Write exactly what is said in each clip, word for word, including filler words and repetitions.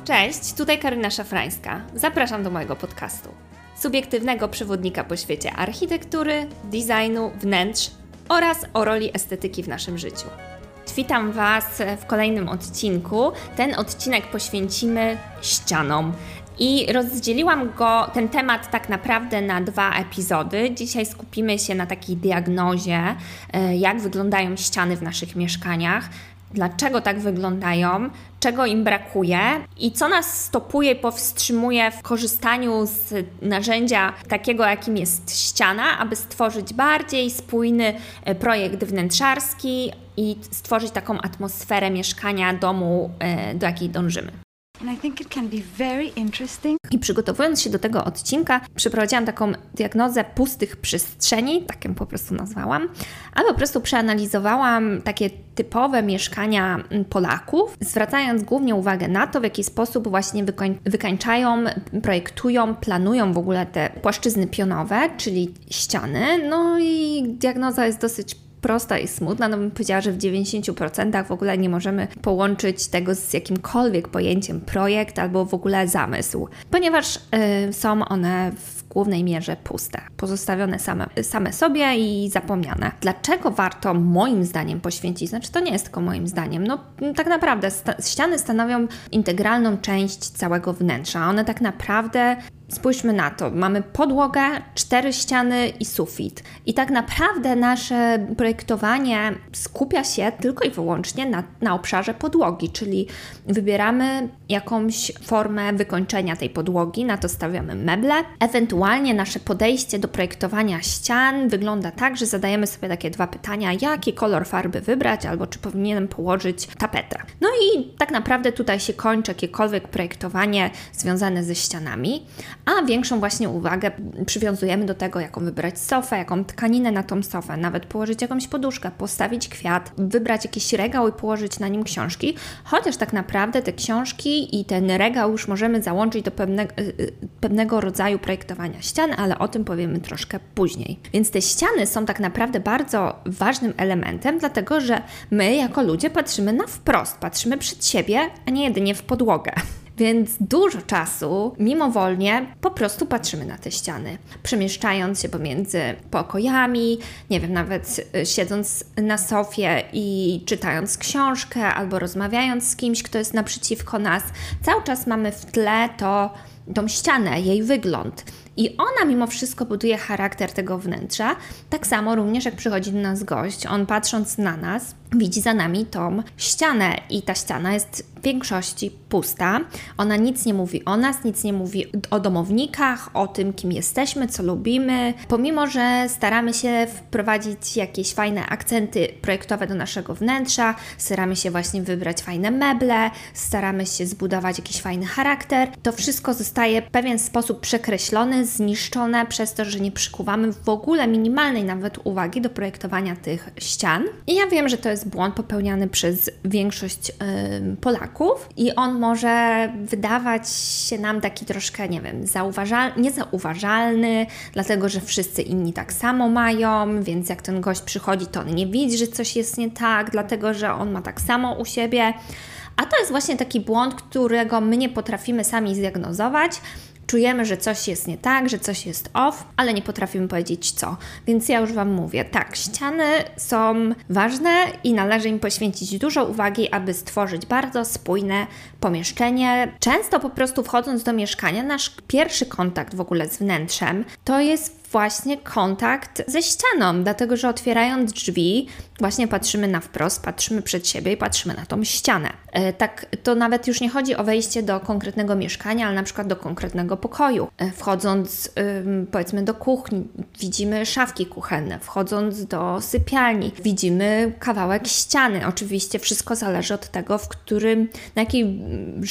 Cześć, tutaj Karyna Szafrańska. Zapraszam do mojego podcastu. Subiektywnego przewodnika po świecie architektury, designu, wnętrz oraz o roli estetyki w naszym życiu. Witam Was w kolejnym odcinku. Ten odcinek poświęcimy ścianom. I rozdzieliłam go, ten temat tak naprawdę na dwa epizody. Dzisiaj skupimy się na takiej diagnozie, jak wyglądają ściany w naszych mieszkaniach, dlaczego tak wyglądają, czego im brakuje i co nas stopuje i powstrzymuje w korzystaniu z narzędzia takiego, jakim jest ściana, aby stworzyć bardziej spójny projekt wnętrzarski i stworzyć taką atmosferę mieszkania, domu, do jakiej dążymy. And I think it can be very interesting. I przygotowując się do tego odcinka, przeprowadziłam taką diagnozę pustych przestrzeni, tak ją po prostu nazwałam, a po prostu przeanalizowałam takie typowe mieszkania Polaków, zwracając głównie uwagę na to, w jaki sposób właśnie wykoń- wykańczają, projektują, planują w ogóle te płaszczyzny pionowe, czyli ściany. No i diagnoza jest dosyć prosta i smutna, no bym powiedziała, że w dziewięćdziesięciu procentach w ogóle nie możemy połączyć tego z jakimkolwiek pojęciem projekt albo w ogóle zamysł, ponieważ y, są one w głównej mierze puste, pozostawione same, same sobie i zapomniane. Dlaczego warto moim zdaniem poświęcić, znaczy to nie jest tylko moim zdaniem, no tak naprawdę sta- ściany stanowią integralną część całego wnętrza, one tak naprawdę, spójrzmy na to, mamy podłogę, cztery ściany i sufit. I tak naprawdę nasze projektowanie skupia się tylko i wyłącznie na, na obszarze podłogi, czyli wybieramy jakąś formę wykończenia tej podłogi, na to stawiamy meble. Ewentualnie nasze podejście do projektowania ścian wygląda tak, że zadajemy sobie takie dwa pytania, jaki kolor farby wybrać, albo czy powinienem położyć tapetę. No i tak naprawdę tutaj się kończy jakiekolwiek projektowanie związane ze ścianami, a większą właśnie uwagę przywiązujemy do tego, jaką wybrać sofę, jaką tkaninę na tą sofę, nawet położyć jakąś poduszkę, postawić kwiat, wybrać jakiś regał i położyć na nim książki, chociaż tak naprawdę te książki i ten regał już możemy załączyć do pewnego, pewnego rodzaju projektowania ścian, ale o tym powiemy troszkę później. Więc te ściany są tak naprawdę bardzo ważnym elementem, dlatego że my jako ludzie patrzymy na wprost, patrzymy przed siebie, a nie jedynie w podłogę. Więc dużo czasu, mimowolnie, po prostu patrzymy na te ściany, przemieszczając się pomiędzy pokojami, nie wiem, nawet siedząc na sofie i czytając książkę albo rozmawiając z kimś, kto jest naprzeciwko nas. Cały czas mamy w tle to, tą ścianę, jej wygląd. I ona mimo wszystko buduje charakter tego wnętrza, tak samo również jak przychodzi do nas gość, on patrząc na nas, widzi za nami tą ścianę i ta ściana jest w większości pusta. Ona nic nie mówi o nas, nic nie mówi o domownikach, o tym, kim jesteśmy, co lubimy. Pomimo że staramy się wprowadzić jakieś fajne akcenty projektowe do naszego wnętrza, staramy się właśnie wybrać fajne meble, staramy się zbudować jakiś fajny charakter, to wszystko zostaje w pewien sposób przekreślone, zniszczone przez to, że nie przykuwamy w ogóle minimalnej nawet uwagi do projektowania tych ścian. I ja wiem, że to jest błąd popełniany przez większość yy, Polaków i on może wydawać się nam taki troszkę, nie wiem, zauważal- niezauważalny, dlatego że wszyscy inni tak samo mają, więc jak ten gość przychodzi, to on nie widzi, że coś jest nie tak, dlatego że on ma tak samo u siebie. A to jest właśnie taki błąd, którego my nie potrafimy sami zdiagnozować. Czujemy, że coś jest nie tak, że coś jest off, ale nie potrafimy powiedzieć co. Więc ja już Wam mówię, tak, ściany są ważne i należy im poświęcić dużo uwagi, aby stworzyć bardzo spójne pomieszczenie. Często po prostu wchodząc do mieszkania, nasz pierwszy kontakt w ogóle z wnętrzem to jest właśnie kontakt ze ścianą, dlatego że otwierając drzwi właśnie patrzymy na wprost, patrzymy przed siebie i patrzymy na tą ścianę. E, tak, to nawet już nie chodzi o wejście do konkretnego mieszkania, ale na przykład do konkretnego pokoju. E, wchodząc ym, powiedzmy do kuchni, widzimy szafki kuchenne, wchodząc do sypialni, widzimy kawałek ściany. Oczywiście wszystko zależy od tego, w którym, na jakiej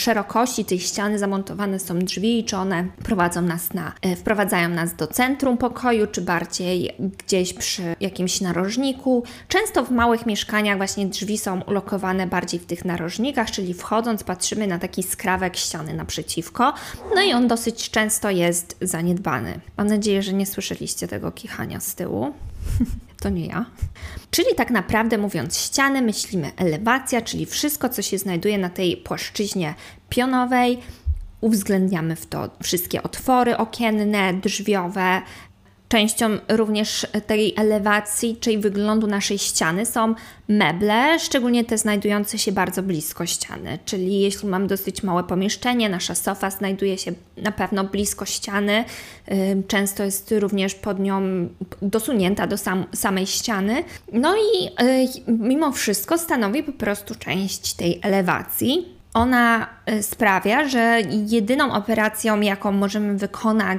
szerokości tej ściany zamontowane są drzwi, czy one prowadzą nas na, e, wprowadzają nas do centrum pokoju, pokoju, czy bardziej gdzieś przy jakimś narożniku. Często w małych mieszkaniach właśnie drzwi są ulokowane bardziej w tych narożnikach, czyli wchodząc patrzymy na taki skrawek ściany naprzeciwko, no i on dosyć często jest zaniedbany. Mam nadzieję, że nie słyszeliście tego kichania z tyłu. To nie ja. Czyli tak naprawdę mówiąc ściany, myślimy elewacja, czyli wszystko, co się znajduje na tej płaszczyźnie pionowej. Uwzględniamy w to wszystkie otwory okienne, drzwiowe. Częścią również tej elewacji, czyli wyglądu naszej ściany są meble, szczególnie te znajdujące się bardzo blisko ściany. Czyli jeśli mamy dosyć małe pomieszczenie, nasza sofa znajduje się na pewno blisko ściany, często jest również pod nią dosunięta do sam, samej ściany. No i mimo wszystko stanowi po prostu część tej elewacji. Ona sprawia, że jedyną operacją, jaką możemy wykonać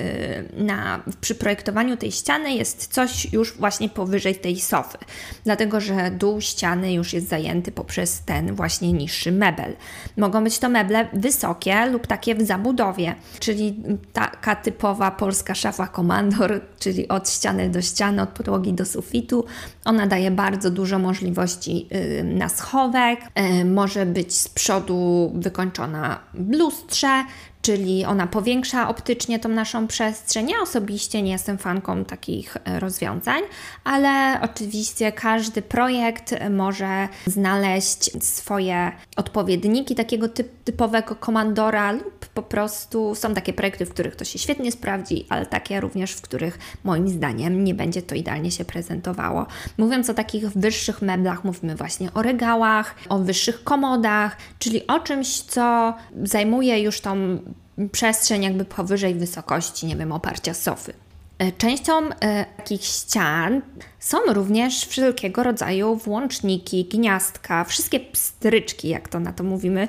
na, przy projektowaniu tej ściany jest coś już właśnie powyżej tej sofy, dlatego że dół ściany już jest zajęty poprzez ten właśnie niższy mebel. Mogą być to meble wysokie lub takie w zabudowie, czyli taka typowa polska szafa komandor, czyli od ściany do ściany, od podłogi do sufitu. Ona daje bardzo dużo możliwości na schowek, może być z przodu wykończona w lustrze, czyli ona powiększa optycznie tą naszą przestrzeń. Ja osobiście nie jestem fanką takich rozwiązań, ale oczywiście każdy projekt może znaleźć swoje odpowiedniki takiego typ, typowego komandora lub po prostu są takie projekty, w których to się świetnie sprawdzi, ale takie również, w których moim zdaniem nie będzie to idealnie się prezentowało. Mówiąc o takich wyższych meblach, mówimy właśnie o regałach, o wyższych komodach, czyli o czymś, co zajmuje już tą przestrzeń jakby powyżej wysokości, nie wiem, oparcia sofy. Częścią e, takich ścian są również wszelkiego rodzaju włączniki, gniazdka, wszystkie pstryczki, jak to na to mówimy,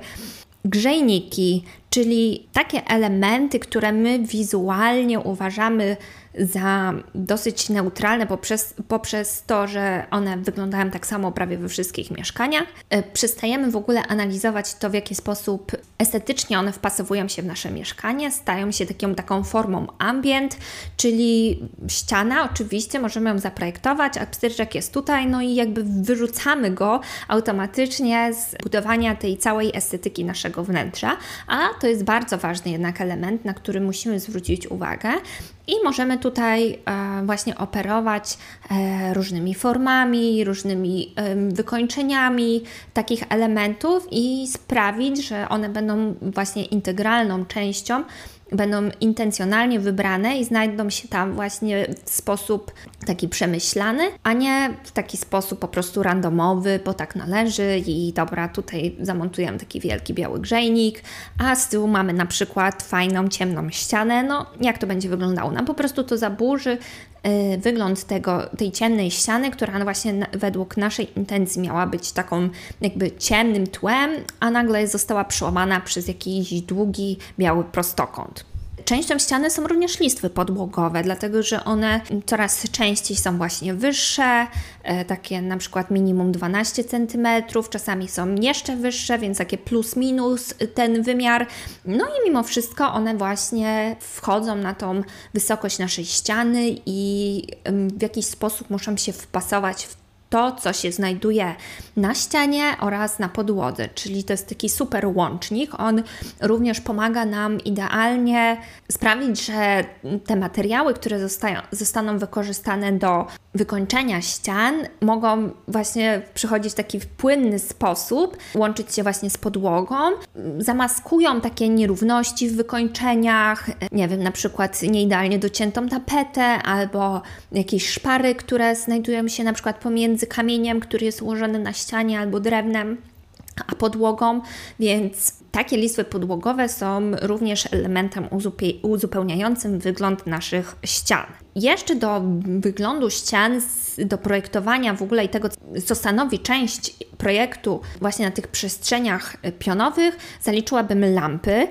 grzejniki, czyli takie elementy, które my wizualnie uważamy za dosyć neutralne poprzez, poprzez to, że one wyglądają tak samo prawie we wszystkich mieszkaniach. Przestajemy w ogóle analizować to, w jaki sposób estetycznie one wpasowują się w nasze mieszkanie, stają się taką, taką formą ambient, czyli ściana oczywiście możemy ją zaprojektować, a pstryczek jest tutaj, no i jakby wyrzucamy go automatycznie z budowania tej całej estetyki naszego wnętrza, a to jest bardzo ważny jednak element, na który musimy zwrócić uwagę. I możemy tutaj e, właśnie operować e, różnymi formami, różnymi e, wykończeniami takich elementów i sprawić, że one będą właśnie integralną częścią, będą intencjonalnie wybrane i znajdą się tam właśnie w sposób taki przemyślany, a nie w taki sposób po prostu randomowy, bo tak należy i dobra, tutaj zamontujemy taki wielki biały grzejnik, a z tyłu mamy na przykład fajną, ciemną ścianę. No, jak to będzie wyglądało? Nam po prostu to zaburzy yy, wygląd tego, tej ciemnej ściany, która właśnie na, według naszej intencji miała być taką jakby ciemnym tłem, a nagle została przełamana przez jakiś długi, biały prostokąt. Częścią ściany są również listwy podłogowe, dlatego że one coraz częściej są właśnie wyższe, e, takie na przykład minimum dwanaście centymetrów, czasami są jeszcze wyższe, więc takie plus minus ten wymiar. No i mimo wszystko one właśnie wchodzą na tą wysokość naszej ściany i w jakiś sposób muszą się wpasować w to, co się znajduje na ścianie oraz na podłodze, czyli to jest taki super łącznik. On również pomaga nam idealnie sprawić, że te materiały, które zostają, zostaną wykorzystane do wykończenia ścian, mogą właśnie przychodzić w taki płynny sposób, łączyć się właśnie z podłogą, zamaskują takie nierówności w wykończeniach, nie wiem, na przykład nieidealnie dociętą tapetę albo jakieś szpary, które znajdują się na przykład pomiędzy kamieniem, który jest ułożony na ścianie albo drewnem, a podłogą, więc takie listwy podłogowe są również elementem uzupełniającym wygląd naszych ścian. Jeszcze do wyglądu ścian, do projektowania w ogóle i tego, co stanowi część projektu właśnie na tych przestrzeniach pionowych, zaliczyłabym lampy.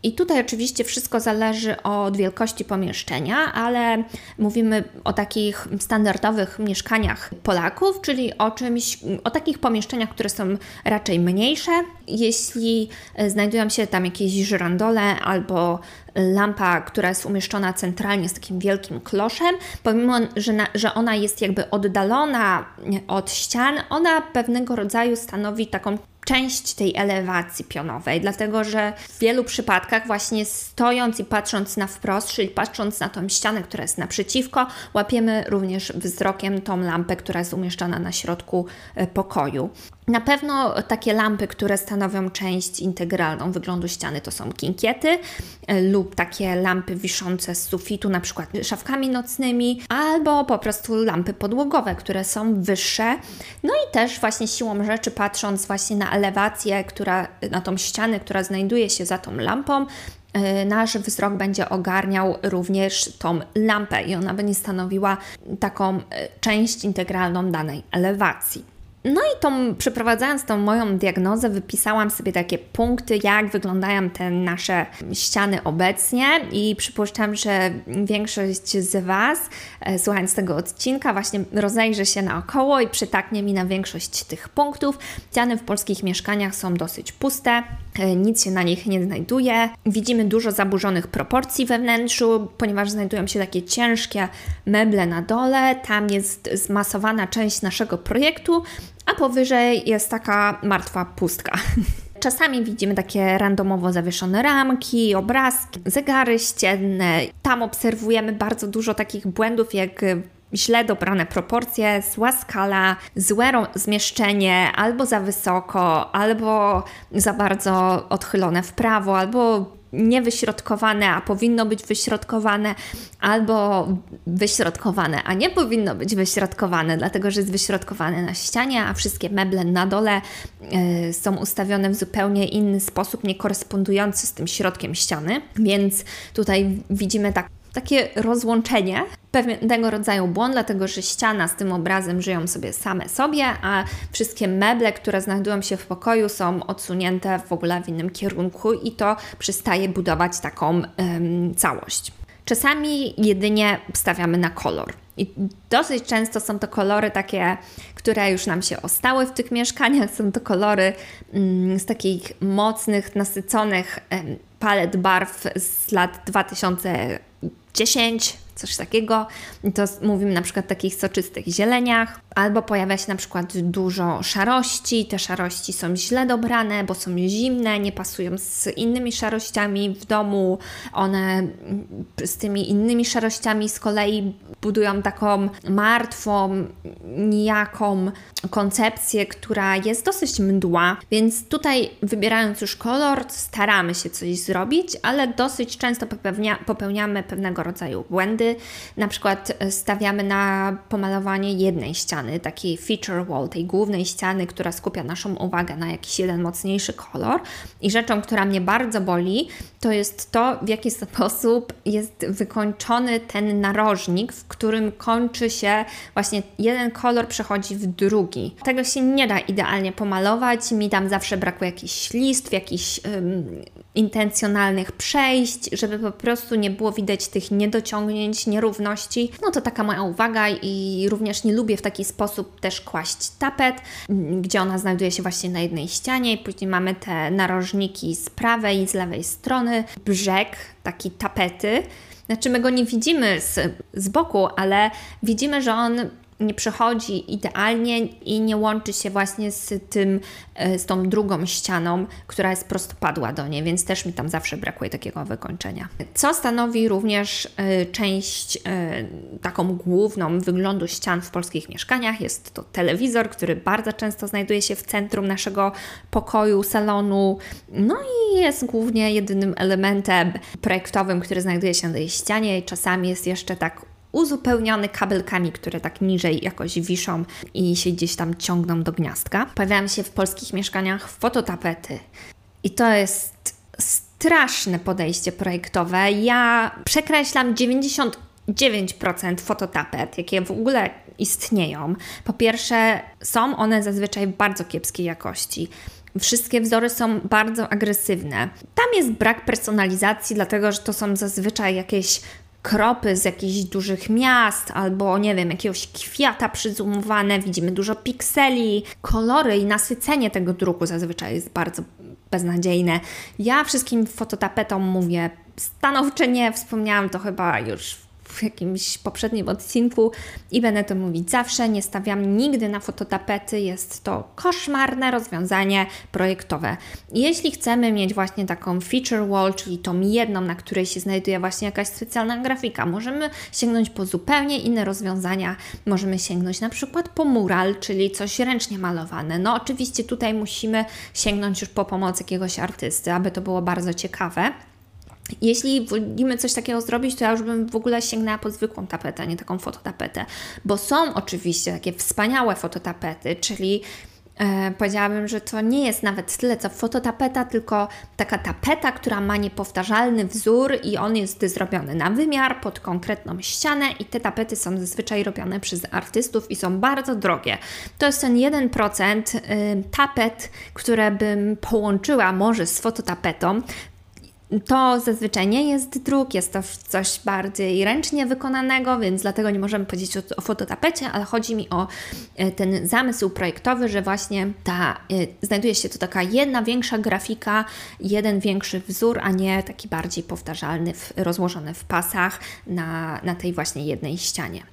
I tutaj oczywiście wszystko zależy od wielkości pomieszczenia, ale mówimy o takich standardowych mieszkaniach Polaków, czyli o czymś, o takich pomieszczeniach, które są raczej mniejsze. Jeśli znajdują się tam jakieś żyrandole albo lampa, która jest umieszczona centralnie z takim wielkim kloszem, pomimo, że, na, że ona jest jakby oddalona od ścian, ona pewnego rodzaju stanowi taką część tej elewacji pionowej, dlatego że w wielu przypadkach właśnie stojąc i patrząc na wprost, czyli patrząc na tą ścianę, która jest naprzeciwko, łapiemy również wzrokiem tą lampę, która jest umieszczona na środku pokoju. Na pewno takie lampy, które stanowią część integralną wyglądu ściany, to są kinkiety lub takie lampy wiszące z sufitu, na przykład szafkami nocnymi, albo po prostu lampy podłogowe, które są wyższe. No i też właśnie siłą rzeczy, patrząc właśnie na elewację, która, na tą ścianę, która znajduje się za tą lampą, nasz wzrok będzie ogarniał również tą lampę i ona będzie stanowiła taką część integralną danej elewacji. No i tą, przeprowadzając tą moją diagnozę, wypisałam sobie takie punkty, jak wyglądają te nasze ściany obecnie i przypuszczam, że większość z Was, e, słuchając tego odcinka, właśnie rozejrzy się naokoło i przytaknie mi na większość tych punktów. Ściany w polskich mieszkaniach są dosyć puste, e, nic się na nich nie znajduje. Widzimy dużo zaburzonych proporcji we wnętrzu, ponieważ znajdują się takie ciężkie meble na dole, tam jest zmasowana część naszego projektu, a powyżej jest taka martwa pustka. Czasami widzimy takie randomowo zawieszone ramki, obrazki, zegary ścienne. Tam obserwujemy bardzo dużo takich błędów jak źle dobrane proporcje, zła skala, złe zmieszczenie, albo za wysoko, albo za bardzo odchylone w prawo, albo niewyśrodkowane, a powinno być wyśrodkowane, albo wyśrodkowane, a nie powinno być wyśrodkowane, dlatego że jest wyśrodkowane na ścianie, a wszystkie meble na dole y, są ustawione w zupełnie inny sposób, nie korespondujący z tym środkiem ściany, więc tutaj widzimy tak, takie rozłączenie, pewnego rodzaju błąd, dlatego że ściana z tym obrazem żyją sobie same sobie, a wszystkie meble, które znajdują się w pokoju, są odsunięte w ogóle w innym kierunku i to przestaje budować taką ym, całość. Czasami jedynie stawiamy na kolor. I dosyć często są to kolory takie, które już nam się ostały w tych mieszkaniach. Są to kolory ym, z takich mocnych, nasyconych ym, palet barw z lat dwa tysiące dziesiąt, coś takiego. To mówimy na przykład o takich soczystych zieleniach, albo pojawia się na przykład dużo szarości. Te szarości są źle dobrane, bo są zimne, nie pasują z innymi szarościami w domu. One z tymi innymi szarościami z kolei budują taką martwą, nijaką koncepcję, która jest dosyć mdła, więc tutaj wybierając już kolor, staramy się coś zrobić, ale dosyć często popełnia, popełniamy pewnego rodzaju błędy. Na przykład stawiamy na pomalowanie jednej ściany, taki feature wall, tej głównej ściany, która skupia naszą uwagę na jakiś jeden mocniejszy kolor. I rzeczą, która mnie bardzo boli, to jest to, w jaki sposób jest wykończony ten narożnik, w którym kończy się właśnie jeden kolor, przechodzi w drugi. Tego się nie da idealnie pomalować, mi tam zawsze brakuje jakichś listw, jakichś um, intencjonalnych przejść, żeby po prostu nie było widać tych niedociągnięć, nierówności. No to taka moja uwaga i również nie lubię w taki sposób też kłaść tapet, gdzie ona znajduje się właśnie na jednej ścianie i później mamy te narożniki z prawej i z lewej strony, brzeg, taki tapety. Znaczy my go nie widzimy z, z boku, ale widzimy, że on nie przechodzi idealnie i nie łączy się właśnie z tym, z tą drugą ścianą, która jest prostopadła do niej, więc też mi tam zawsze brakuje takiego wykończenia. Co stanowi również y, część y, taką główną wyglądu ścian w polskich mieszkaniach, jest to telewizor, który bardzo często znajduje się w centrum naszego pokoju, salonu, no i jest głównie jedynym elementem projektowym, który znajduje się na tej ścianie i czasami jest jeszcze tak uzupełniony kabelkami, które tak niżej jakoś wiszą i się gdzieś tam ciągną do gniazdka. Pojawiają się w polskich mieszkaniach fototapety i to jest straszne podejście projektowe. Ja przekreślam dziewięćdziesiąt dziewięć procent fototapet, jakie w ogóle istnieją. Po pierwsze, są one zazwyczaj bardzo kiepskiej jakości. Wszystkie wzory są bardzo agresywne. Tam jest brak personalizacji, dlatego że to są zazwyczaj jakieś kropy z jakichś dużych miast albo, nie wiem, jakiegoś kwiata przyzoomowane, widzimy dużo pikseli, kolory i nasycenie tego druku zazwyczaj jest bardzo beznadziejne. Ja wszystkim fototapetom mówię stanowcze nie, wspomniałam to chyba już w jakimś poprzednim odcinku i będę to mówić zawsze, nie stawiam nigdy na fototapety, jest to koszmarne rozwiązanie projektowe. Jeśli chcemy mieć właśnie taką feature wall, czyli tą jedną, na której się znajduje właśnie jakaś specjalna grafika, możemy sięgnąć po zupełnie inne rozwiązania, możemy sięgnąć na przykład po mural, czyli coś ręcznie malowane. No oczywiście tutaj musimy sięgnąć już po pomoc jakiegoś artysty, aby to było bardzo ciekawe. Jeśli wolimy coś takiego zrobić, to ja już bym w ogóle sięgnęła po zwykłą tapetę, nie taką fototapetę, bo są oczywiście takie wspaniałe fototapety, czyli e, powiedziałabym, że to nie jest nawet tyle co fototapeta, tylko taka tapeta, która ma niepowtarzalny wzór i on jest zrobiony na wymiar, pod konkretną ścianę i te tapety są zazwyczaj robione przez artystów i są bardzo drogie. To jest ten jeden procent y, tapet, które bym połączyła może z fototapetą. To zazwyczaj nie jest druk, jest to coś bardziej ręcznie wykonanego, więc dlatego nie możemy powiedzieć o, o fototapecie, ale chodzi mi o ten zamysł projektowy, że właśnie ta, znajduje się tu taka jedna większa grafika, jeden większy wzór, a nie taki bardziej powtarzalny, w, rozłożony w pasach na, na tej właśnie jednej ścianie.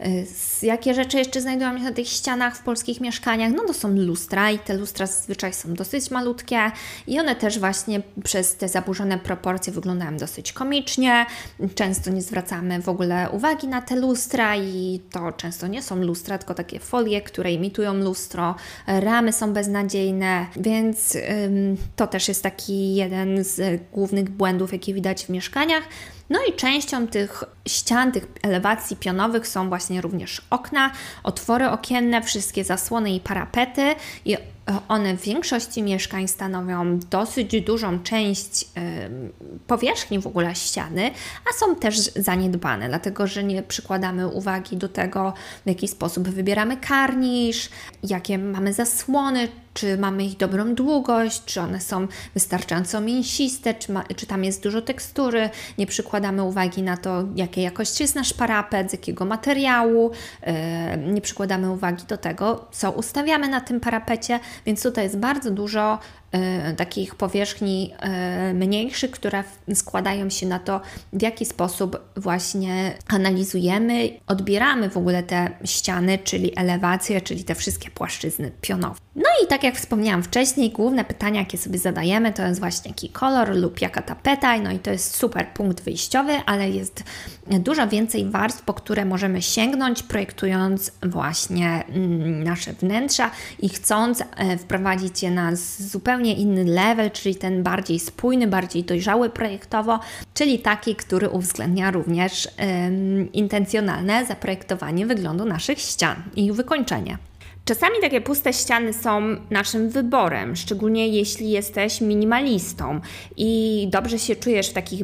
Jakie rzeczy jeszcze znajdują się na tych ścianach w polskich mieszkaniach? No to są lustra i te lustra zazwyczaj są dosyć malutkie i one też właśnie przez te zaburzone proporcje wyglądają dosyć komicznie. Często nie zwracamy w ogóle uwagi na te lustra i to często nie są lustra, tylko takie folie, które imitują lustro. Ramy są beznadziejne, więc ym, to też jest taki jeden z głównych błędów, jakie widać w mieszkaniach. No i częścią tych ścian, tych elewacji pionowych są właśnie również okna, otwory okienne, wszystkie zasłony i parapety i one w większości mieszkań stanowią dosyć dużą część y, powierzchni w ogóle ściany, a są też zaniedbane, dlatego że nie przykładamy uwagi do tego, w jaki sposób wybieramy karnisz, jakie mamy zasłony, czy mamy ich dobrą długość, czy one są wystarczająco mięsiste, czy, ma, czy tam jest dużo tekstury. Nie przykładamy uwagi na to, jakiej jakości jest nasz parapet, z jakiego materiału. Yy, nie przykładamy uwagi do tego, co ustawiamy na tym parapecie, więc tutaj jest bardzo dużo yy, takich powierzchni yy, mniejszych, które składają się na to, w jaki sposób właśnie analizujemy, odbieramy w ogóle te ściany, czyli elewacje, czyli te wszystkie płaszczyzny pionowe. No i tak jak wspomniałam wcześniej, główne pytania, jakie sobie zadajemy, to jest właśnie jaki kolor lub jaka tapeta, no i to jest super punkt wyjściowy, ale jest dużo więcej warstw, po które możemy sięgnąć, projektując właśnie nasze wnętrza i chcąc wprowadzić je na zupełnie inny level, czyli ten bardziej spójny, bardziej dojrzały projektowo, czyli taki, który uwzględnia również um, intencjonalne zaprojektowanie wyglądu naszych ścian i ich wykończenie. Czasami takie puste ściany są naszym wyborem, szczególnie jeśli jesteś minimalistą i dobrze się czujesz w takich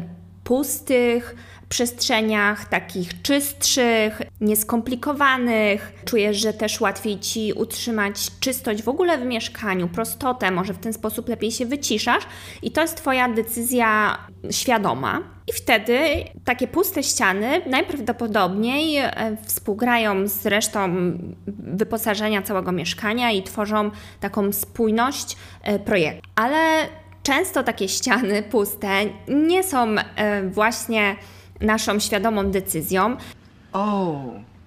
pustych przestrzeniach, takich czystszych, nieskomplikowanych. Czujesz, że też łatwiej Ci utrzymać czystość w ogóle w mieszkaniu, prostotę, może w ten sposób lepiej się wyciszasz i to jest Twoja decyzja świadoma. I wtedy takie puste ściany najprawdopodobniej współgrają z resztą wyposażenia całego mieszkania i tworzą taką spójność projektu. Ale często takie ściany puste nie są właśnie naszą świadomą decyzją. Oh,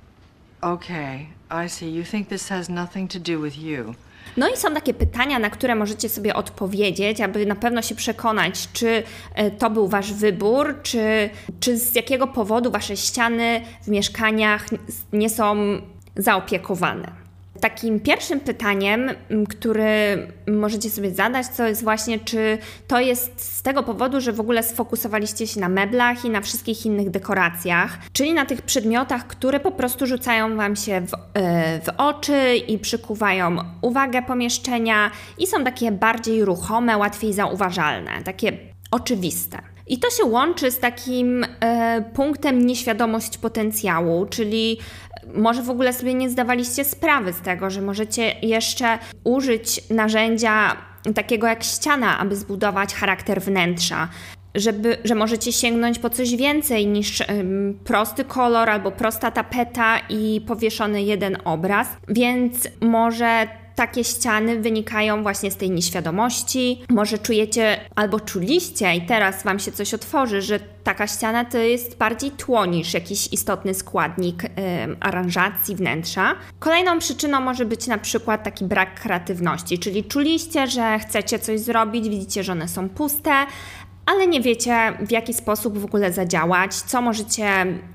okay, I see. You think this has nothing to do with you. No i są takie pytania, na które możecie sobie odpowiedzieć, aby na pewno się przekonać, czy to był Wasz wybór, czy, czy z jakiego powodu Wasze ściany w mieszkaniach nie są zaopiekowane. Takim pierwszym pytaniem, które możecie sobie zadać, to jest właśnie, czy to jest z tego powodu, że w ogóle sfokusowaliście się na meblach i na wszystkich innych dekoracjach, czyli na tych przedmiotach, które po prostu rzucają Wam się w, w oczy i przykuwają uwagę pomieszczenia i są takie bardziej ruchome, łatwiej zauważalne, takie oczywiste. I to się łączy z takim e, punktem nieświadomość potencjału, czyli może w ogóle sobie nie zdawaliście sprawy z tego, że możecie jeszcze użyć narzędzia takiego jak ściana, aby zbudować charakter wnętrza. Żeby, że możecie sięgnąć po coś więcej niż ym, prosty kolor albo prosta tapeta i powieszony jeden obraz, więc może takie ściany wynikają właśnie z tej nieświadomości, może czujecie albo czuliście i teraz Wam się coś otworzy, że taka ściana to jest bardziej tło niż jakiś istotny składnik ym, aranżacji wnętrza. Kolejną przyczyną może być na przykład taki brak kreatywności, czyli czuliście, że chcecie coś zrobić, widzicie, że one są puste, ale nie wiecie, w jaki sposób w ogóle zadziałać, co możecie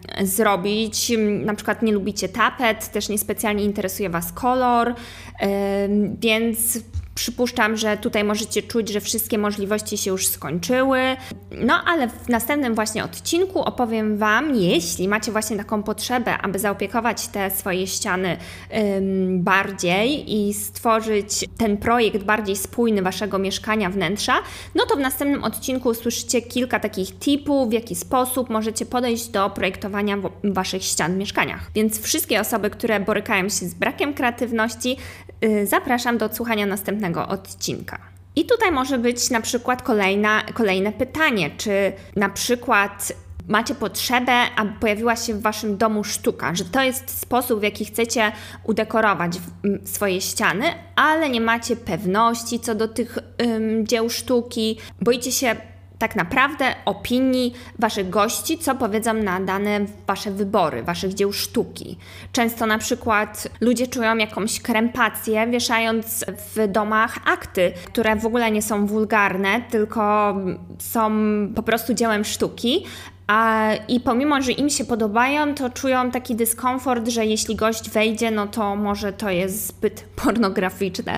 zrobić. Na przykład nie lubicie tapet, też niespecjalnie interesuje Was kolor, yy, więc przypuszczam, że tutaj możecie czuć, że wszystkie możliwości się już skończyły. No ale w następnym właśnie odcinku opowiem Wam, jeśli macie właśnie taką potrzebę, aby zaopiekować te swoje ściany ym, bardziej i stworzyć ten projekt bardziej spójny Waszego mieszkania, wnętrza, no to w następnym odcinku usłyszycie kilka takich tipów, w jaki sposób możecie podejść do projektowania w Waszych ścian w mieszkaniach. Więc wszystkie osoby, które borykają się z brakiem kreatywności, yy, zapraszam do odsłuchania następnego odcinka. I tutaj może być na przykład kolejna, kolejne pytanie, czy na przykład macie potrzebę, aby pojawiła się w Waszym domu sztuka, że to jest sposób, w jaki chcecie udekorować swoje ściany, ale nie macie pewności co do tych ym, dzieł sztuki, boicie się tak naprawdę opinii Waszych gości, co powiedzą na dane Wasze wybory, Waszych dzieł sztuki. Często na przykład ludzie czują jakąś krępację, wieszając w domach akty, które w ogóle nie są wulgarne, tylko są po prostu dziełem sztuki. A, I pomimo, że im się podobają, to czują taki dyskomfort, że jeśli gość wejdzie, no to może to jest zbyt pornograficzne.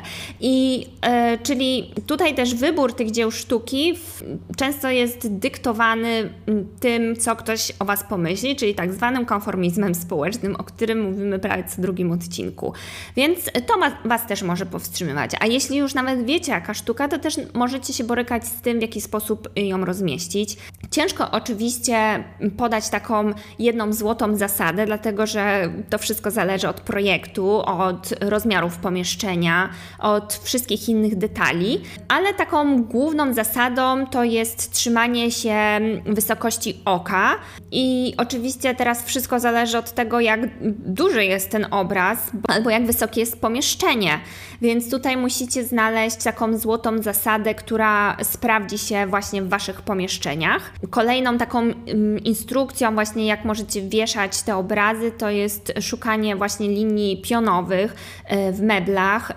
I e, czyli tutaj też wybór tych dzieł sztuki w, często jest dyktowany tym, co ktoś o Was pomyśli, czyli tak zwanym konformizmem społecznym, o którym mówimy prawie co drugim odcinku. Więc to ma, Was też może powstrzymywać. A jeśli już nawet wiecie, jaka sztuka, to też możecie się borykać z tym, w jaki sposób ją rozmieścić. Ciężko oczywiście podać taką jedną złotą zasadę, dlatego że to wszystko zależy od projektu, od rozmiarów pomieszczenia, od wszystkich innych detali, ale taką główną zasadą to jest trzymanie się wysokości oka i oczywiście teraz wszystko zależy od tego, jak duży jest ten obraz albo jak wysokie jest pomieszczenie, więc tutaj musicie znaleźć taką złotą zasadę, która sprawdzi się właśnie w Waszych pomieszczeniach. Kolejną taką instrukcją właśnie, jak możecie wieszać te obrazy, to jest szukanie właśnie linii pionowych w meblach,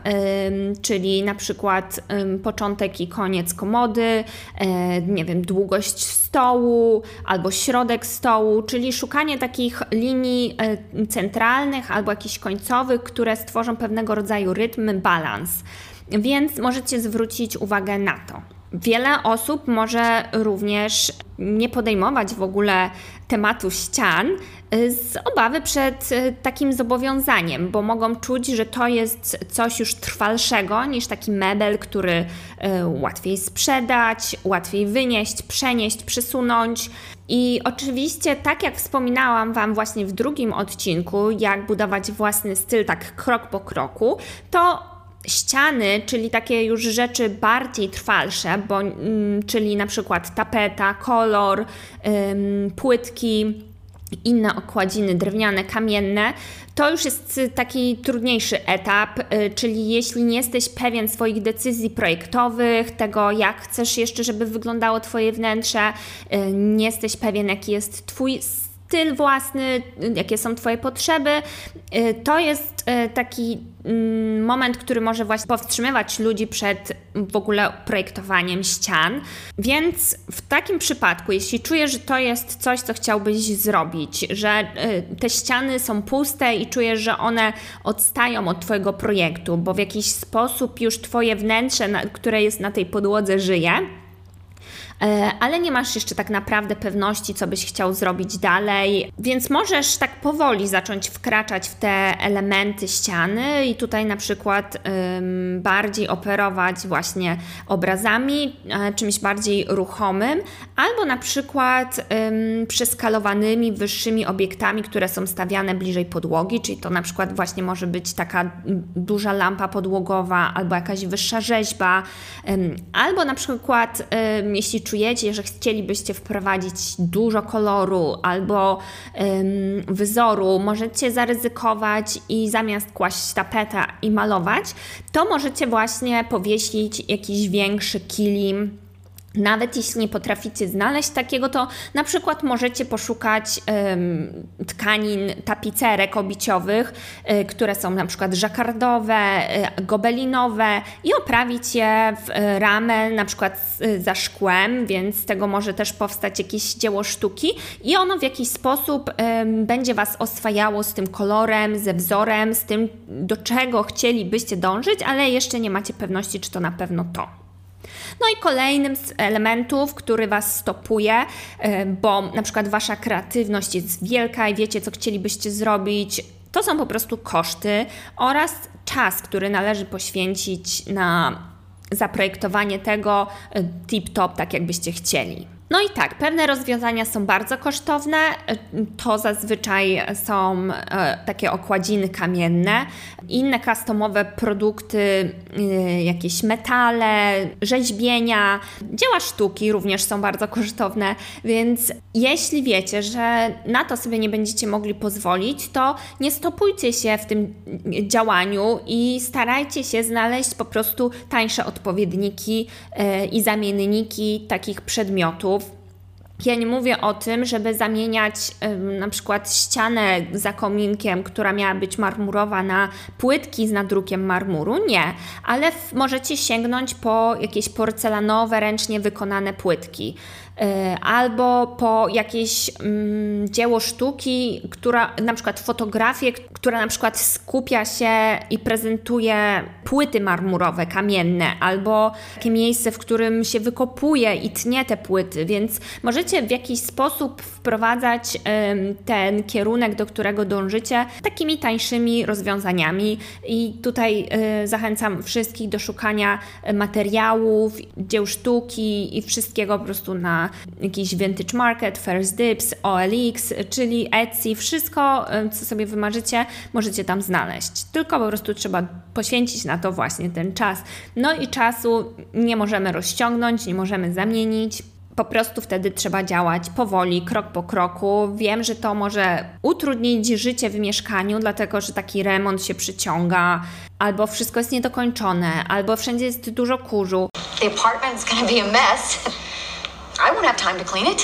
czyli na przykład początek i koniec komody, nie wiem, długość stołu albo środek stołu, czyli szukanie takich linii centralnych albo jakichś końcowych, które stworzą pewnego rodzaju rytm, balans. Więc możecie zwrócić uwagę na to. Wiele osób może również nie podejmować w ogóle tematu ścian z obawy przed takim zobowiązaniem, bo mogą czuć, że to jest coś już trwalszego niż taki mebel, który łatwiej sprzedać, łatwiej wynieść, przenieść, przesunąć. I oczywiście, tak jak wspominałam Wam właśnie w drugim odcinku, jak budować własny styl tak krok po kroku, to ściany, czyli takie już rzeczy bardziej trwalsze, bo, mm, czyli na przykład tapeta, kolor, ym, płytki, inne okładziny drewniane, kamienne, to już jest taki trudniejszy etap, yy, czyli jeśli nie jesteś pewien swoich decyzji projektowych, tego jak chcesz jeszcze, żeby wyglądało Twoje wnętrze, yy, nie jesteś pewien, jaki jest Twój styl własny, jakie są Twoje potrzeby, to jest taki moment, który może właśnie powstrzymywać ludzi przed w ogóle projektowaniem ścian. Więc w takim przypadku, jeśli czujesz, że to jest coś, co chciałbyś zrobić, że te ściany są puste i czujesz, że one odstają od Twojego projektu, bo w jakiś sposób już Twoje wnętrze, które jest na tej podłodze, żyje, ale nie masz jeszcze tak naprawdę pewności, co byś chciał zrobić dalej, więc możesz tak powoli zacząć wkraczać w te elementy ściany i tutaj na przykład ym, bardziej operować właśnie obrazami, y, czymś bardziej ruchomym, albo na przykład ym, przeskalowanymi, wyższymi obiektami, które są stawiane bliżej podłogi, czyli to na przykład właśnie może być taka duża lampa podłogowa, albo jakaś wyższa rzeźba, ym, albo na przykład ym, jeśli czujecie, że chcielibyście wprowadzić dużo koloru albo ym, wzoru, możecie zaryzykować i zamiast kłaść tapetę i malować, to możecie właśnie powiesić jakiś większy kilim. Nawet jeśli nie potraficie znaleźć takiego, to na przykład możecie poszukać ym, tkanin, tapicerek obiciowych, y, które są na przykład żakardowe, y, gobelinowe i oprawić je w y, ramę na przykład y, za szkłem, więc z tego może też powstać jakieś dzieło sztuki i ono w jakiś sposób y, będzie Was oswajało z tym kolorem, ze wzorem, z tym, do czego chcielibyście dążyć, ale jeszcze nie macie pewności, czy to na pewno to. No i kolejnym z elementów, który Was stopuje, bo na przykład Wasza kreatywność jest wielka i wiecie, co chcielibyście zrobić, to są po prostu koszty oraz czas, który należy poświęcić na zaprojektowanie tego tip-top, tak jakbyście chcieli. No i tak, pewne rozwiązania są bardzo kosztowne, to zazwyczaj są e, takie okładziny kamienne, inne customowe produkty, e, jakieś metale, rzeźbienia, dzieła sztuki również są bardzo kosztowne, więc jeśli wiecie, że na to sobie nie będziecie mogli pozwolić, to nie stopujcie się w tym działaniu i starajcie się znaleźć po prostu tańsze odpowiedniki e, i zamienniki takich przedmiotów. Ja nie mówię o tym, żeby zamieniać ym, na przykład ścianę za kominkiem, która miała być marmurowa, na płytki z nadrukiem marmuru. Nie, ale f- możecie sięgnąć po jakieś porcelanowe, ręcznie wykonane płytki. Albo po jakieś mm, dzieło sztuki, która na przykład fotografię, która na przykład skupia się i prezentuje płyty marmurowe, kamienne, albo takie miejsce, w którym się wykopuje i tnie te płyty, więc możecie w jakiś sposób wprowadzać ym, ten kierunek, do którego dążycie, takimi tańszymi rozwiązaniami i tutaj y, zachęcam wszystkich do szukania materiałów, dzieł sztuki i wszystkiego po prostu na jakiś Vintage Market, First Dips, O L X, czyli Etsy, wszystko, co sobie wymarzycie, możecie tam znaleźć. Tylko po prostu trzeba poświęcić na to właśnie ten czas. No i czasu nie możemy rozciągnąć, nie możemy zamienić. Po prostu wtedy trzeba działać powoli, krok po kroku. Wiem, że to może utrudnić życie w mieszkaniu, dlatego że taki remont się przyciąga, albo wszystko jest niedokończone, albo wszędzie jest dużo kurzu. The apartment's gonna be a mess. I won't have time to clean it.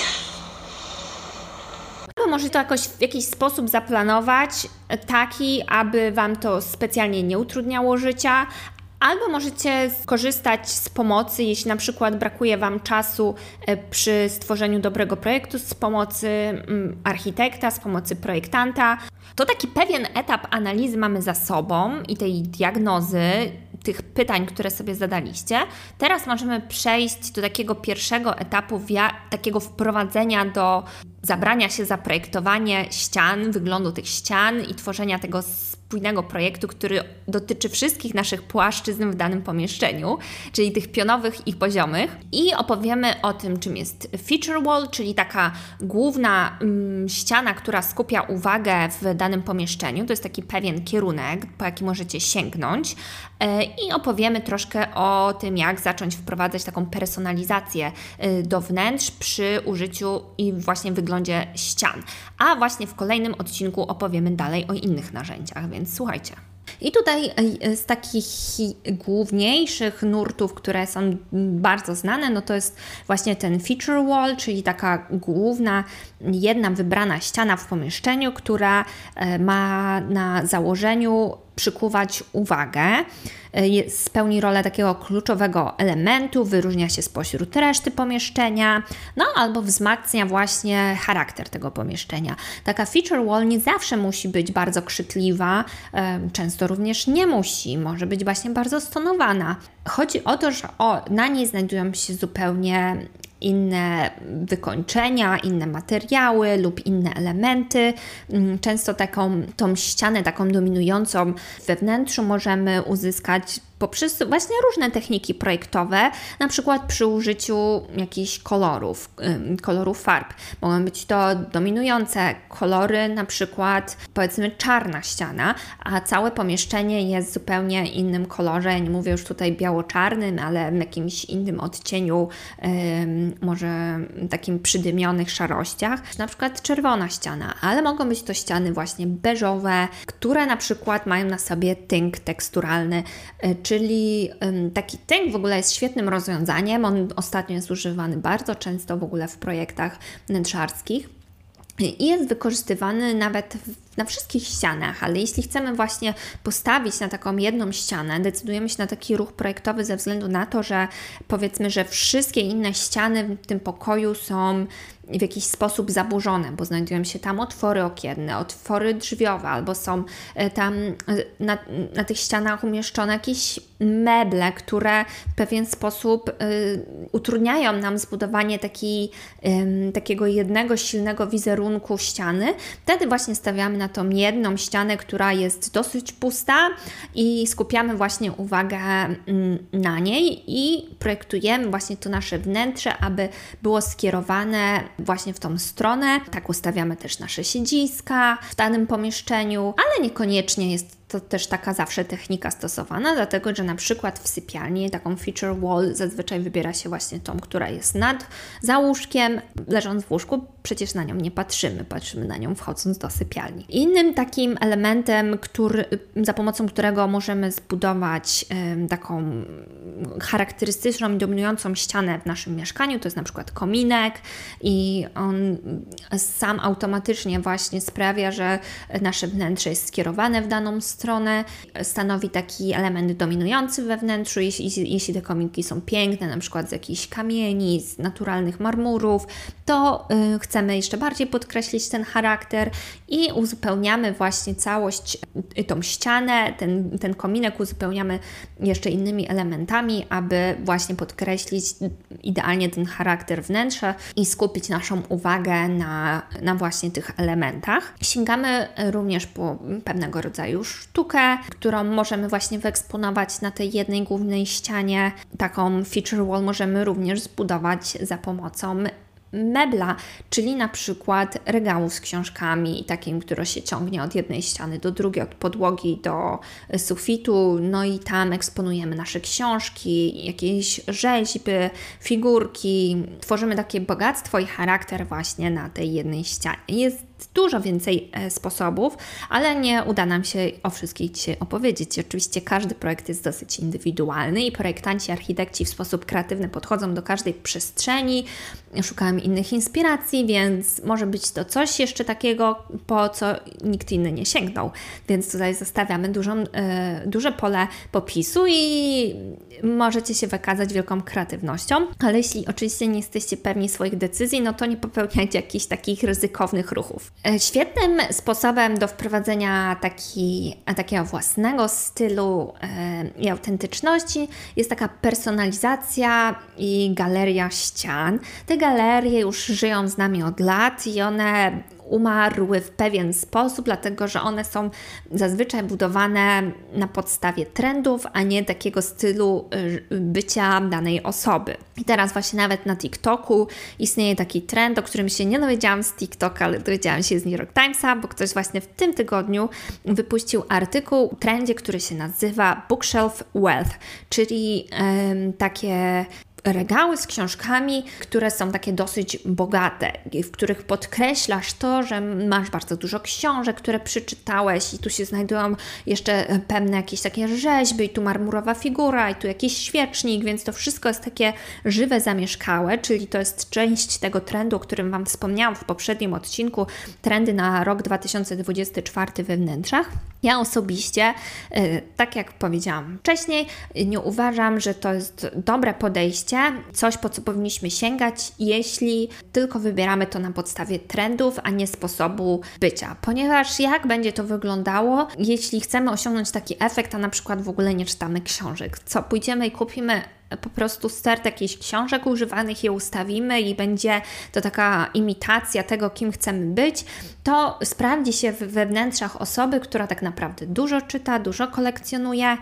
Albo może to jakoś w jakiś sposób zaplanować, taki, aby Wam to specjalnie nie utrudniało życia, albo możecie skorzystać z pomocy, jeśli na przykład brakuje Wam czasu przy stworzeniu dobrego projektu, z pomocy architekta, z pomocy projektanta. To taki pewien etap analizy mamy za sobą i tej diagnozy, tych pytań, które sobie zadaliście. Teraz możemy przejść do takiego pierwszego etapu, takiego wprowadzenia do zabrania się za projektowanie ścian, wyglądu tych ścian i tworzenia tego spójnego projektu, który dotyczy wszystkich naszych płaszczyzn w danym pomieszczeniu, czyli tych pionowych i poziomych. I opowiemy o tym, czym jest feature wall, czyli taka główna mm, ściana, która skupia uwagę w danym pomieszczeniu. To jest taki pewien kierunek, po jaki możecie sięgnąć. Yy, I opowiemy troszkę o tym, jak zacząć wprowadzać taką personalizację yy, do wnętrz przy użyciu i właśnie wyglądzie ścian. A właśnie w kolejnym odcinku opowiemy dalej o innych narzędziach, więc słuchajcie. I tutaj z takich główniejszych nurtów, które są bardzo znane, no to jest właśnie ten feature wall, czyli taka główna, jedna wybrana ściana w pomieszczeniu, która ma na założeniu przykuwać uwagę, spełni rolę takiego kluczowego elementu, wyróżnia się spośród reszty pomieszczenia, no albo wzmacnia właśnie charakter tego pomieszczenia. Taka feature wall nie zawsze musi być bardzo krzykliwa, często również nie musi, może być właśnie bardzo stonowana. Chodzi o to, że o, na niej znajdują się zupełnie inne wykończenia, inne materiały lub inne elementy. Często taką tą ścianę, taką dominującą we wnętrzu możemy uzyskać poprzez właśnie różne techniki projektowe, na przykład przy użyciu jakichś kolorów, kolorów farb. Mogą być to dominujące kolory, na przykład powiedzmy czarna ściana, a całe pomieszczenie jest w zupełnie innym kolorze. Ja nie mówię już tutaj biało-czarnym, ale w jakimś innym odcieniu, może takim przydymionych szarościach, na przykład czerwona ściana, ale mogą być to ściany właśnie beżowe, które na przykład mają na sobie tynk teksturalny, czyli taki tynk w ogóle jest świetnym rozwiązaniem. On ostatnio jest używany bardzo często w ogóle w projektach wnętrzarskich i jest wykorzystywany nawet na wszystkich ścianach, ale jeśli chcemy właśnie postawić na taką jedną ścianę, decydujemy się na taki ruch projektowy ze względu na to, że powiedzmy, że wszystkie inne ściany w tym pokoju są w jakiś sposób zaburzone, bo znajdują się tam otwory okienne, otwory drzwiowe, albo są tam na, na tych ścianach umieszczone jakieś meble, które w pewien sposób y, utrudniają nam zbudowanie taki, y, takiego jednego silnego wizerunku ściany. Wtedy właśnie stawiamy na tą jedną ścianę, która jest dosyć pusta i skupiamy właśnie uwagę y, na niej i projektujemy właśnie to nasze wnętrze, aby było skierowane właśnie w tą stronę. Tak ustawiamy też nasze siedziska w danym pomieszczeniu, ale niekoniecznie jest to też taka zawsze technika stosowana, dlatego że na przykład w sypialni taką feature wall zazwyczaj wybiera się właśnie tą, która jest nad za łóżkiem. Leżąc w łóżku przecież na nią nie patrzymy, patrzymy na nią wchodząc do sypialni. Innym takim elementem, który, za pomocą którego możemy zbudować y, taką charakterystyczną i dominującą ścianę w naszym mieszkaniu, to jest na przykład kominek i on sam automatycznie właśnie sprawia, że nasze wnętrze jest skierowane w daną stronę, stanowi taki element dominujący we wnętrzu, jeśli, jeśli te kominki są piękne, na przykład z jakichś kamieni, z naturalnych marmurów, to y, chcemy jeszcze bardziej podkreślić ten charakter i uzupełniamy właśnie całość, y, tą ścianę, ten, ten kominek uzupełniamy jeszcze innymi elementami, aby właśnie podkreślić idealnie ten charakter wnętrza i skupić naszą uwagę na, na właśnie tych elementach. Sięgamy również po pewnego rodzaju sztukę, którą możemy właśnie wyeksponować na tej jednej głównej ścianie. Taką feature wall możemy również zbudować za pomocą mebla, czyli na przykład regału z książkami, takim, który się ciągnie od jednej ściany do drugiej, od podłogi do sufitu, no i tam eksponujemy nasze książki, jakieś rzeźby, figurki, tworzymy takie bogactwo i charakter właśnie na tej jednej ścianie. Jest dużo więcej sposobów, ale nie uda nam się o wszystkich dzisiaj opowiedzieć. Oczywiście każdy projekt jest dosyć indywidualny i projektanci, architekci w sposób kreatywny podchodzą do każdej przestrzeni, szukają innych inspiracji, więc może być to coś jeszcze takiego, po co nikt inny nie sięgnął. Więc tutaj zostawiamy dużą, yy, duże pole popisu i możecie się wykazać wielką kreatywnością, ale jeśli oczywiście nie jesteście pewni swoich decyzji, no to nie popełniajcie jakichś takich ryzykownych ruchów. Świetnym sposobem do wprowadzenia taki, takiego własnego stylu yy, i autentyczności jest taka personalizacja i galeria ścian. Te galerie już żyją z nami od lat i one umarły w pewien sposób, dlatego że one są zazwyczaj budowane na podstawie trendów, a nie takiego stylu bycia danej osoby. I teraz właśnie nawet na TikToku istnieje taki trend, o którym się nie dowiedziałam z TikToka, ale dowiedziałam się z New York Timesa, bo ktoś właśnie w tym tygodniu wypuścił artykuł o trendzie, który się nazywa Bookshelf Wealth, czyli um, takie regały z książkami, które są takie dosyć bogate, w których podkreślasz to, że masz bardzo dużo książek, które przeczytałeś i tu się znajdują jeszcze pewne jakieś takie rzeźby i tu marmurowa figura i tu jakiś świecznik, więc to wszystko jest takie żywe, zamieszkałe, czyli to jest część tego trendu, o którym Wam wspomniałam w poprzednim odcinku, trendy na rok dwa tysiące dwudziesty czwarty we wnętrzach. Ja osobiście, tak jak powiedziałam wcześniej, nie uważam, że to jest dobre podejście, podejście, coś, po co powinniśmy sięgać, jeśli tylko wybieramy to na podstawie trendów, a nie sposobu bycia. Ponieważ jak będzie to wyglądało, jeśli chcemy osiągnąć taki efekt, a na przykład w ogóle nie czytamy książek? Co, pójdziemy i kupimy po prostu stert jakichś książek używanych, je ustawimy i będzie to taka imitacja tego, kim chcemy być, to sprawdzi się we wnętrzach osoby, która tak naprawdę dużo czyta, dużo kolekcjonuje.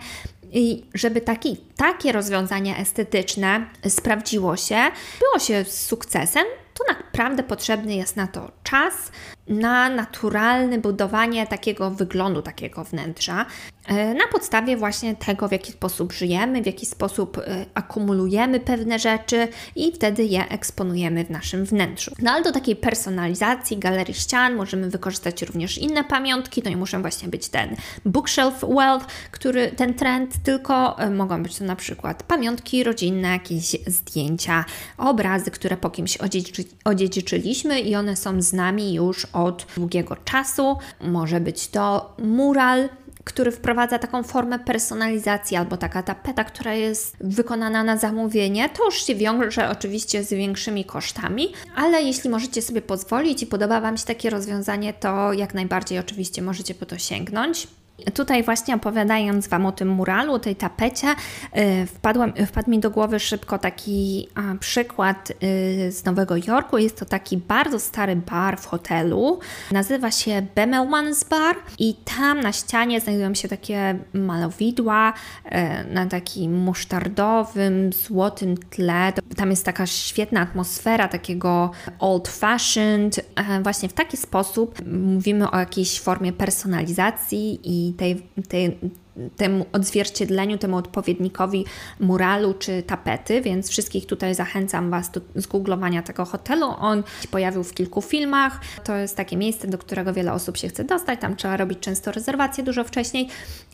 I żeby taki, takie rozwiązanie estetyczne sprawdziło się, było się z sukcesem, to naprawdę potrzebny jest na to czas, na naturalne budowanie takiego wyglądu, takiego wnętrza, na podstawie właśnie tego, w jaki sposób żyjemy, w jaki sposób akumulujemy pewne rzeczy i wtedy je eksponujemy w naszym wnętrzu. No ale do takiej personalizacji galerii ścian możemy wykorzystać również inne pamiątki, to nie muszą właśnie być ten bookshelf wealth, który ten trend, tylko mogą być to na przykład pamiątki rodzinne, jakieś zdjęcia, obrazy, które po kimś odziedziczy, odziedziczyliśmy i one są z nami już od długiego czasu. Może być to mural, który wprowadza taką formę personalizacji, albo taka tapeta, która jest wykonana na zamówienie. To już się wiąże oczywiście z większymi kosztami, ale jeśli możecie sobie pozwolić i podoba Wam się takie rozwiązanie, to jak najbardziej oczywiście możecie po to sięgnąć. Tutaj właśnie opowiadając Wam o tym muralu, o tej tapecie, yy, wpadłem, wpadł mi do głowy szybko taki a, przykład yy, z Nowego Jorku. Jest to taki bardzo stary bar w hotelu. Nazywa się Bemelmans Bar i tam na ścianie znajdują się takie malowidła yy, na takim musztardowym, złotym tle. Tam jest taka świetna atmosfera takiego old fashioned. Yy, właśnie w taki sposób mówimy o jakiejś formie personalizacji i tej, tej, temu odzwierciedleniu, temu odpowiednikowi muralu czy tapety, więc wszystkich tutaj zachęcam Was do zgooglowania tego hotelu. On się pojawił w kilku filmach. To jest takie miejsce, do którego wiele osób się chce dostać. Tam trzeba robić często rezerwacje dużo wcześniej,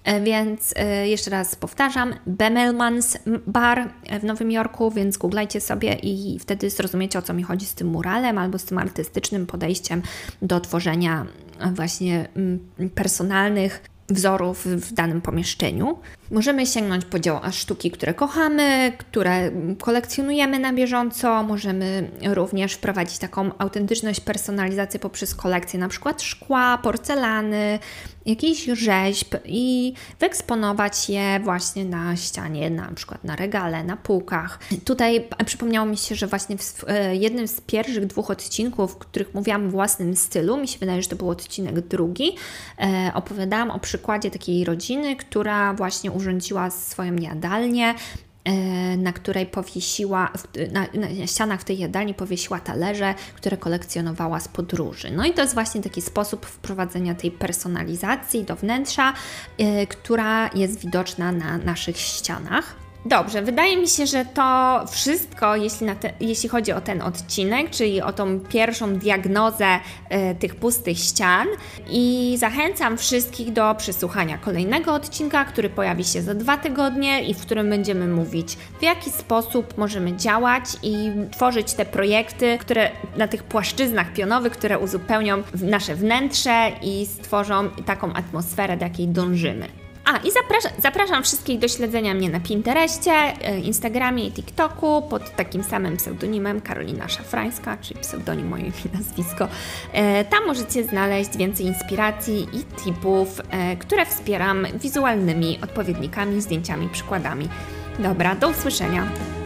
więc jeszcze raz powtarzam, Bemelmans Bar w Nowym Jorku, więc googlajcie sobie i wtedy zrozumiecie, o co mi chodzi z tym muralem albo z tym artystycznym podejściem do tworzenia właśnie personalnych wzorów w danym pomieszczeniu. Możemy sięgnąć po dzieła sztuki, które kochamy, które kolekcjonujemy na bieżąco. Możemy również wprowadzić taką autentyczność, personalizację poprzez kolekcję na przykład szkła, porcelany, jakichś rzeźb i wyeksponować je właśnie na ścianie, na przykład na regale, na półkach. Tutaj przypomniało mi się, że właśnie w jednym z pierwszych dwóch odcinków, w których mówiłam w własnym stylu, mi się wydaje, że to był odcinek drugi, opowiadałam o przykładzie takiej rodziny, która właśnie urządziła swoją jadalnię, na której powiesiła, na, na ścianach w tej jadalni powiesiła talerze, które kolekcjonowała z podróży. No i to jest właśnie taki sposób wprowadzenia tej personalizacji do wnętrza, yy, która jest widoczna na naszych ścianach. Dobrze, wydaje mi się, że to wszystko, jeśli, na te, jeśli chodzi o ten odcinek, czyli o tą pierwszą diagnozę y, tych pustych ścian i zachęcam wszystkich do przesłuchania kolejnego odcinka, który pojawi się za dwa tygodnie i w którym będziemy mówić, w jaki sposób możemy działać i tworzyć te projekty, które na tych płaszczyznach pionowych, które uzupełnią nasze wnętrze i stworzą taką atmosferę, do jakiej dążymy. A i zapraszam, zapraszam wszystkich do śledzenia mnie na Pinterestie, Instagramie i TikToku pod takim samym pseudonimem Karolina Szafrańska, czyli pseudonim moje imię i nazwisko. Tam możecie znaleźć więcej inspiracji i tipów, które wspieram wizualnymi odpowiednikami, zdjęciami, przykładami. Dobra, do usłyszenia.